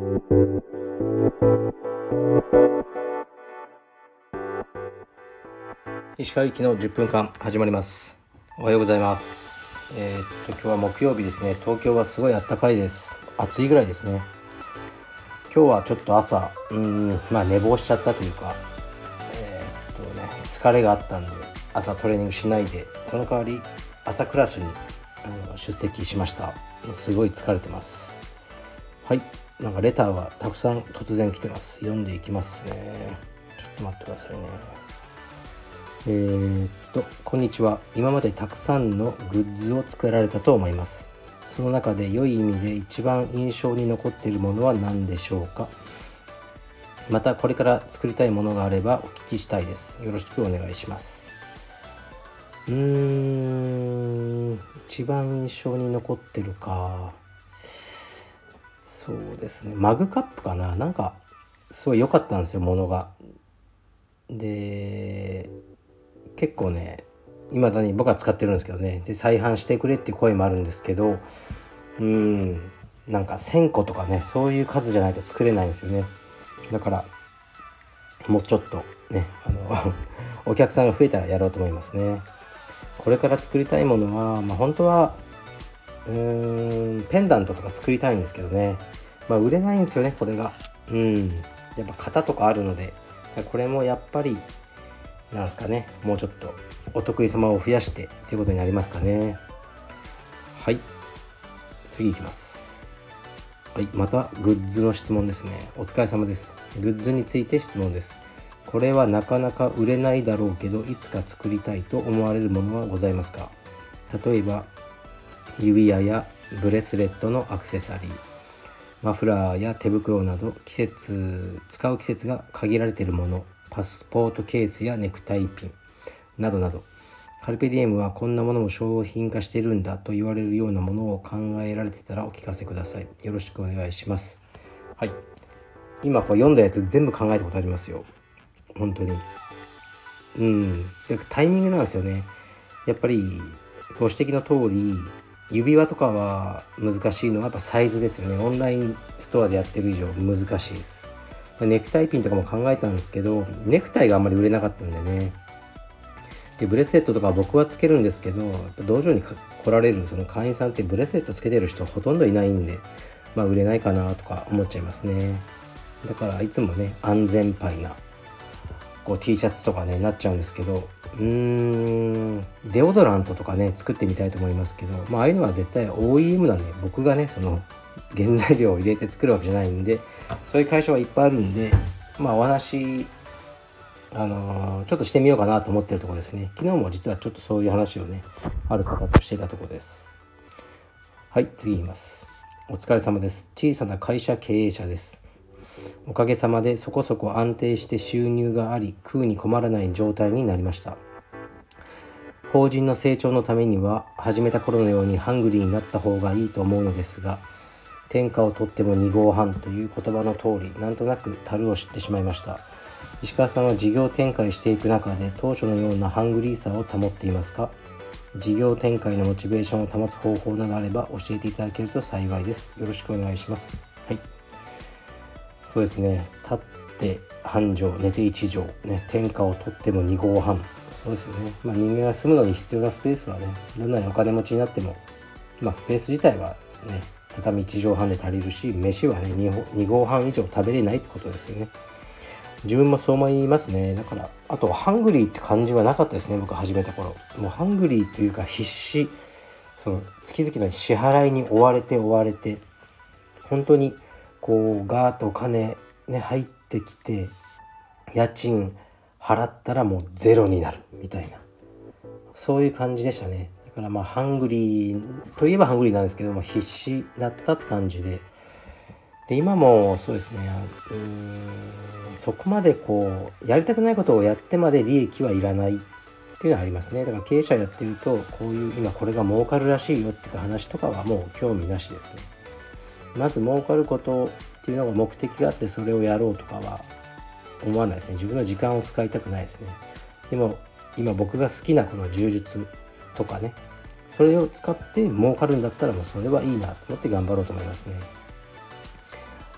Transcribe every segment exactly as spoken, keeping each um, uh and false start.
石川行きのじゅっぷんかん始まります。おはようございます。えー、っと今日は木曜日ですね。東京はすごい暖かいです。暑いぐらいですね。今日はちょっと朝うーんまあ寝坊しちゃったというか、えー、っとね疲れがあったんで朝トレーニングしないで、その代わり朝クラスにあの出席しました。すごい疲れてます。はい、なんかレターがたくさん突然来てます。読んでいきますね。ちょっと待ってくださいね。えー、っとこんにちは。今までたくさんのグッズを作られたと思います。その中で良い意味で一番印象に残っているものは何でしょうか。またこれから作りたいものがあればお聞きしたいです。よろしくお願いします。うーん一番印象に残ってるか、そうですね、マグカップかな。なんかすごい良かったんですよ、ものが。で結構ね未だに僕は使ってるんですけどね。で再販してくれっていう声もあるんですけど、うーんなんかせんことかね、そういう数じゃないと作れないんですよね。だからもうちょっとねあのお客さんが増えたらやろうと思いますね。これから作りたいものは、まあ、本当はうーんペンダントとか作りたいんですけどね、まあ売れないんですよねこれが。うんやっぱ型とかあるので、これもやっぱりなんすかね、もうちょっとお得意様を増やしてということになりますかね。はい、次いきます。はい、またグッズの質問ですね。お疲れ様です。グッズについて質問です。これはなかなか売れないだろうけど、いつか作りたいと思われるものはございますか。例えば指輪やブレスレットのアクセサリー、マフラーや手袋など季節使う季節が限られているもの、パスポートケースやネクタイピンなどなど。カルペディエムはこんなものも商品化してるんだと言われるようなものを考えられてたらお聞かせください。よろしくお願いします。はい、今こう読んだやつ全部考えたことありますよ、本当に。うんタイミングなんですよね。やっぱりご指摘の通り、指輪とかは難しいのはやっぱサイズですよね。オンラインストアでやってる以上難しいです。ネクタイピンとかも考えたんですけど、ネクタイがあんまり売れなかったんでね。でブレスレットとか僕はつけるんですけど、やっぱ道場に来られるその会員さんってブレスレットつけてる人ほとんどいないんで、まあ売れないかなとか思っちゃいますね。だからいつもね安全パイなこう T シャツとかねなっちゃうんですけど、うーんデオドラントとかね作ってみたいと思いますけど、まあああいうのは絶対 オーイーエム なんで、僕がねその原材料を入れて作るわけじゃないんで、そういう会社はいっぱいあるんで、まあお話あのー、ちょっとしてみようかなと思ってるところですね。昨日も実はちょっとそういう話をねある方としていたところです。はい、次言います。お疲れ様です。小さな会社経営者です。おかげさまでそこそこ安定して収入があり、食うに困らない状態になりました。法人の成長のためには始めた頃のようにハングリーになった方がいいと思うのですが、天下を取ってもに合半という言葉の通り、なんとなく樽を知ってしまいました。石川さんは事業展開していく中で当初のようなハングリーさを保っていますか。事業展開のモチベーションを保つ方法などあれば教えていただけると幸いです。よろしくお願いします。はい、そうですね、立って半畳寝て一畳、ね、天下を取ってもに合半。そうですよね、まあ、人間が住むのに必要なスペースはね、どんなにお金持ちになっても、まあ、スペース自体はね畳いち畳半で足りるし、飯はね 2, に合半以上食べれないってことですよね。自分もそう思いますね。だからあとハングリーって感じはなかったですね、僕始めた頃。もうハングリーというか必死、その月々の支払いに追われて追われて、本当にこうガーッとお金ね入ってきて、家賃払ったらもうゼロになるみたいな、そういう感じでしたね。だからまあハングリーといえばハングリーなんですけども、必死だったって感じで、で今もそうですね、うーんそこまでこうやりたくないことをやってまで利益はいらないっていうのはありますね。だから経営者やってると、こういう今これが儲かるらしいよっていう話とかはもう興味なしですね。まず儲かることっていうのが目的があって、それをやろうとかは思わないですね。自分の時間を使いたくないですね。でも今僕が好きなこの柔術とかね、それを使って儲かるんだったらもうそれはいいなと思って頑張ろうと思いますね。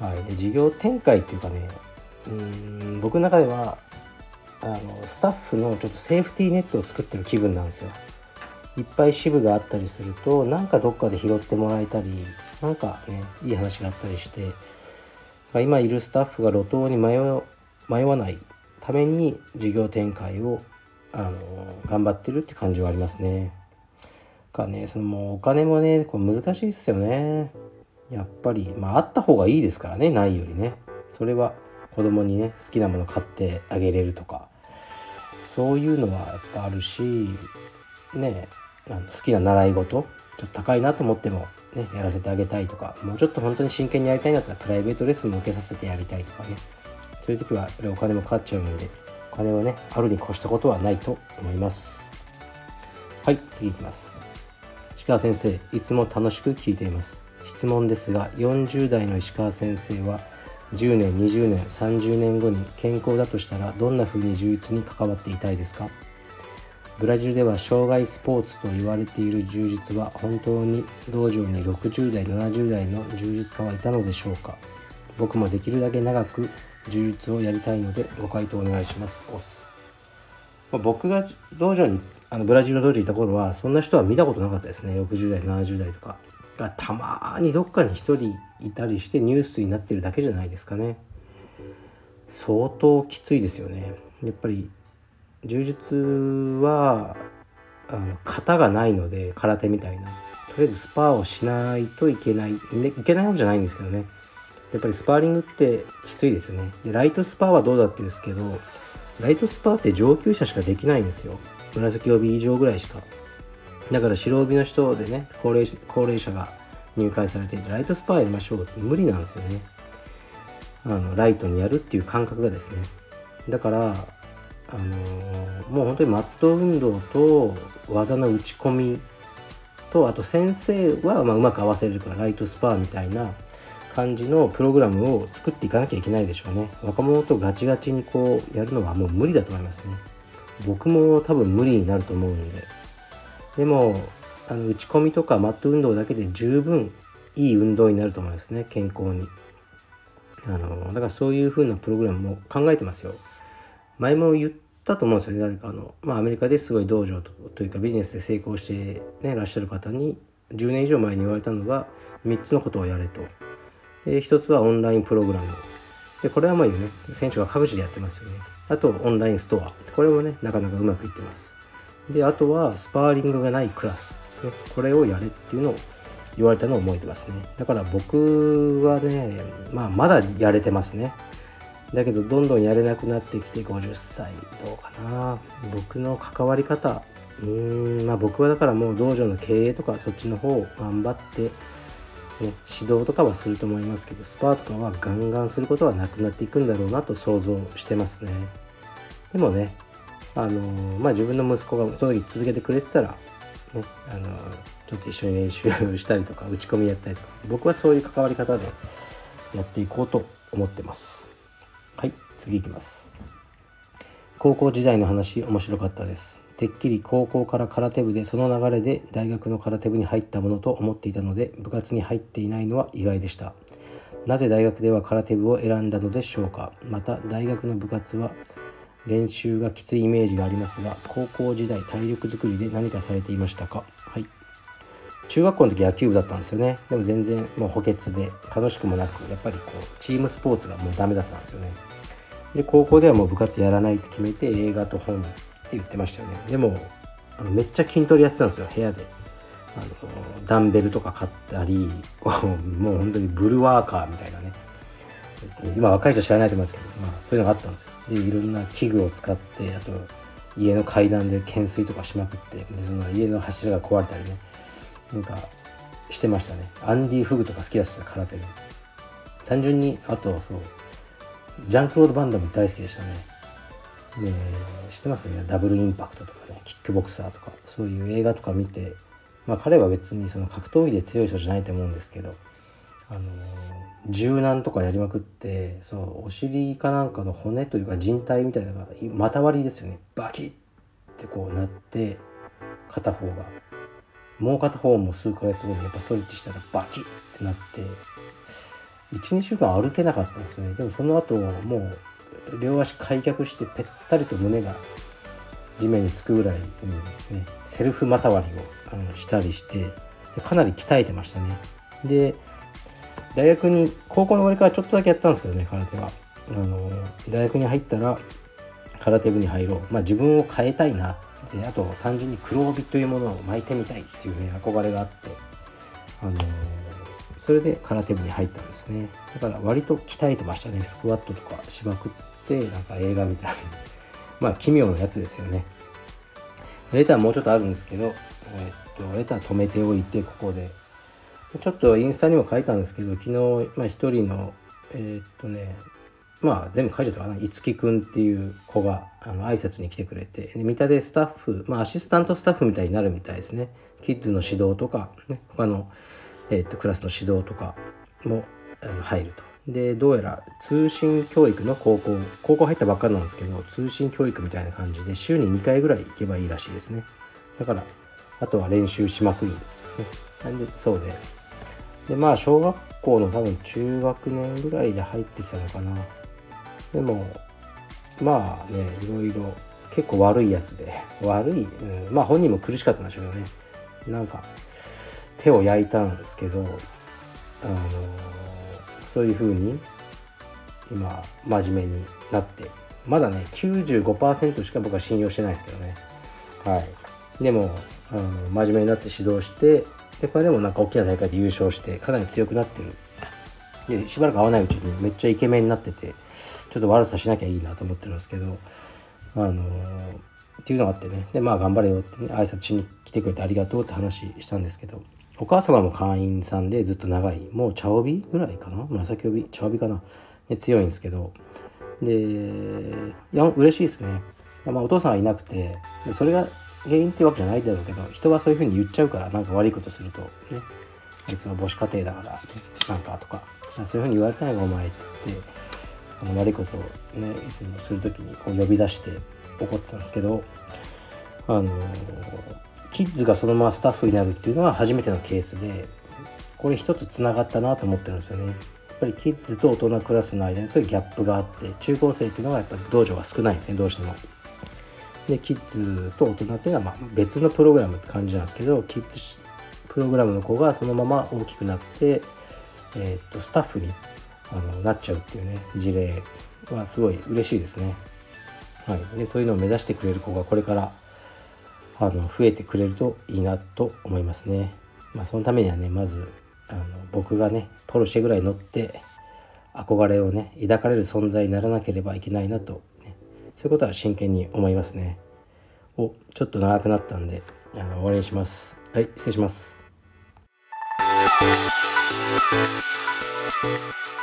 はい、で事業展開っていうかね、うーん僕の中ではあのスタッフのちょっとセーフティーネットを作ってる気分なんですよ。いっぱい支部があったりするとなんかどっかで拾ってもらえたりなんかねいい話があったりして、今いるスタッフが路頭に迷迷わないために事業展開をあの頑張ってるって感じはありますね。かねそのもうお金もねこう難しいですよね。やっぱりまああった方がいいですからね、ないよりね。それは子供にね好きなもの買ってあげれるとかそういうのはやっぱあるしね、あの好きな習い事ちょっと高いなと思ってもねやらせてあげたいとか、もうちょっと本当に真剣にやりたいんだったらプライベートレッスンも受けさせてやりたいとかね、そういう時はやっぱりお金もかかっちゃうのでお金はねあるに越したことはないと思います。はい、次いきます。石川先生、いつも楽しく聞いています。質問ですが、よんじゅう代の石川先生はじゅうねん、にじゅうねん、さんじゅうねんごに健康だとしたらどんな風に充実に関わっていたいですか？ブラジルでは生涯スポーツと言われている充実は本当に道場にろくじゅう代、ななじゅう代の充実家はいたのでしょうか？僕もできるだけ長く充実をやりたいのでご回答お願いします。おす。僕が道場にあのブラジルの道場にいた頃はそんな人は見たことなかったですね。ろくじゅう代、ななじゅう代とかがたまにどっかに一人いたりしてニュースになってるだけじゃないですかね。相当きついですよね。やっぱり柔術はあの型がないので、空手みたいなとりあえずスパーをしないといけない、ね、いけないわけじゃないんですけどね。やっぱりスパーリングってきついですよね。でライトスパーはどうだって言うんですけど、ライトスパーって上級者しかできないんですよ。紫帯以上ぐらいしか。だから白帯の人でね、高齢高齢者が入会されていてライトスパーやりましょうって無理なんですよね。あのライトにやるっていう感覚がですね。だからあのー、もう本当にマット運動と技の打ち込みと、あと先生はまあうまく合わせれるからライトスパーみたいな感じのプログラムを作っていかなきゃいけないでしょうね。若者とガチガチにこうやるのはもう無理だと思いますね。僕も多分無理になると思うんで。でもあの打ち込みとかマット運動だけで十分いい運動になると思いますね、健康に。あのだからそういう風なプログラムも考えてますよ。前も言ったと思うんですよね。誰かあの、まあ、アメリカですごい道場 と, というかビジネスで成功して、ね、らっしゃる方にじゅうねん以上前に言われたのがみっつのことをやれと。でひとつはオンラインプログラムで、これはまあね選手が各自でやってますよね。あとオンラインストア、これもねなかなかうまくいってます。であとはスパーリングがないクラス、ね、これをやれっていうのを言われたのを覚えてますね。だから僕はね、まあ、まだやれてますね。だけどどんどんやれなくなってきてごじゅっさいどうかな。僕の関わり方、うーんまあ僕はだからもう道場の経営とかそっちの方を頑張って、ね、指導とかはすると思いますけど、スパーとかはガンガンすることはなくなっていくんだろうなと想像してますね。でもね、あのー、まあ自分の息子がその時続けてくれてたら、ね、あのー、ちょっと一緒に練習したりとか打ち込みやったりとか、僕はそういう関わり方でやっていこうと思ってます。はい、次いきます。高校時代の話面白かったです。てっきり高校から空手部でその流れで大学の空手部に入ったものと思っていたので、部活に入っていないのは意外でした。なぜ大学では空手部を選んだのでしょうか。また大学の部活は練習がきついイメージがありますが、高校時代体力作りで何かされていましたか？はい、中学校の時野球部だったんですよね。でも全然もう補欠で楽しくもなく、やっぱりこうチームスポーツがもうダメだったんですよね。で高校ではもう部活やらないって決めて映画と本って言ってましたよね。でもあのめっちゃ筋トレやってたんですよ、部屋で。あのダンベルとか買ったりもう本当にブルワーカーみたいなね、今若い人知らないと思いますけど、まあ、そういうのがあったんですよ。でいろんな器具を使って、あと家の階段で懸垂とかしまくって、でその家の柱が壊れたりね、なんかしてましたね。アンディ・フグとか好きだした空手で。単純にあとそうジャンクロード・バンダム大好きでしたね。で知ってますね、ダブルインパクトとかね、キックボクサーとかそういう映画とか見て、まあ彼は別にその格闘技で強い人じゃないと思うんですけど、あの柔軟とかやりまくって、そうお尻かなんかの骨というか靭帯みたいなのが股割りですよね、バキッってこうなって、片方がもう片方も数ヶ月後にやっぱストレッチしたらバキッってなって、 いちにしゅうかん歩けなかったんですよね。でもその後もう両足開脚してぺったりと胸が地面につくぐらい、うんね、セルフ股割りをあのしたりして、でかなり鍛えてましたね。で大学に高校の終わりからちょっとだけやったんですけどね、空手はあの大学に入ったら空手部に入ろう、まあ自分を変えたいなって、あと単純に黒帯というものを巻いてみたいっていうね憧れがあって、あのそれで空手部に入ったんですね。だから割と鍛えてましたね。スクワットとかしまくって、なんか映画みたいにまあ奇妙なやつですよね。レターもうちょっとあるんですけど、えー、っとレター止めておいて、ここでちょっとインスタにも書いたんですけど、昨日まあ一人のえー、っとねまあ全部書いちゃったかな、いつきくんっていう子があの挨拶に来てくれて、三田でスタッフ、まあアシスタントスタッフみたいになるみたいですね。キッズの指導とか、ね、他の、えー、っとクラスの指導とかもあの入ると。でどうやら通信教育の高校高校入ったばっかりなんですけど、通信教育みたいな感じで週ににかいぐらい行けばいいらしいですね。だからあとは練習しまくる、ね、なんでそうででまあ小学校の多分中学年ぐらいで入ってきたのかな。でもまあね、いろいろ結構悪いやつで悪い、うん、まあ本人も苦しかったんでしょうけどね。なんか手を焼いたんですけど、あのそういう風に今真面目になって、まだね きゅうじゅうごパーセント しか僕は信用してないですけどね。はい。でもあの真面目になって指導して、でこれでもなんか大きな大会で優勝してかなり強くなってる。でしばらく会わないうちにめっちゃイケメンになってて、ちょっと悪さしなきゃいいなと思ってるんですけど、あのー、っていうのがあってね。でまあ頑張れよってね、挨拶しに来てくれてありがとうって話したんですけど、お母様も会員さんでずっと長い、もう茶帯ぐらいかな、紫帯茶帯かな、で強いんですけど、でいや嬉しいですね。まあお父さんはいなくて、でそれが原因ってわけじゃないだろうけど、人はそういう風に言っちゃうから、なんか悪いことするとね、あいつは母子家庭だから、ね、なんかとかそういう風に言われたいがお前って言って、あの悪いことをねいつもするときにこう呼び出して怒ってたんですけど、あのキッズがそのままスタッフになるっていうのは初めてのケースで、これ一つつながったなと思ってるんですよね。やっぱりキッズと大人クラスの間にそういうギャップがあって、中高生っていうのはやっぱり道場が少ないんですね、どうしても。でキッズと大人っていうのはまあ別のプログラムって感じなんですけど、キッズプログラムの子がそのまま大きくなって、えー、っとスタッフにあのなっちゃうっていうね事例はすごい嬉しいですね。はい、でそういうのを目指してくれる子がこれからあの増えてくれるといいなと思いますね。まあそのためにはね、まずあの僕がねポルシェぐらい乗って憧れをね抱かれる存在にならなければいけないなと、ね、そういうことは真剣に思いますね。おちょっと長くなったんであの終わりにします。はい、失礼します。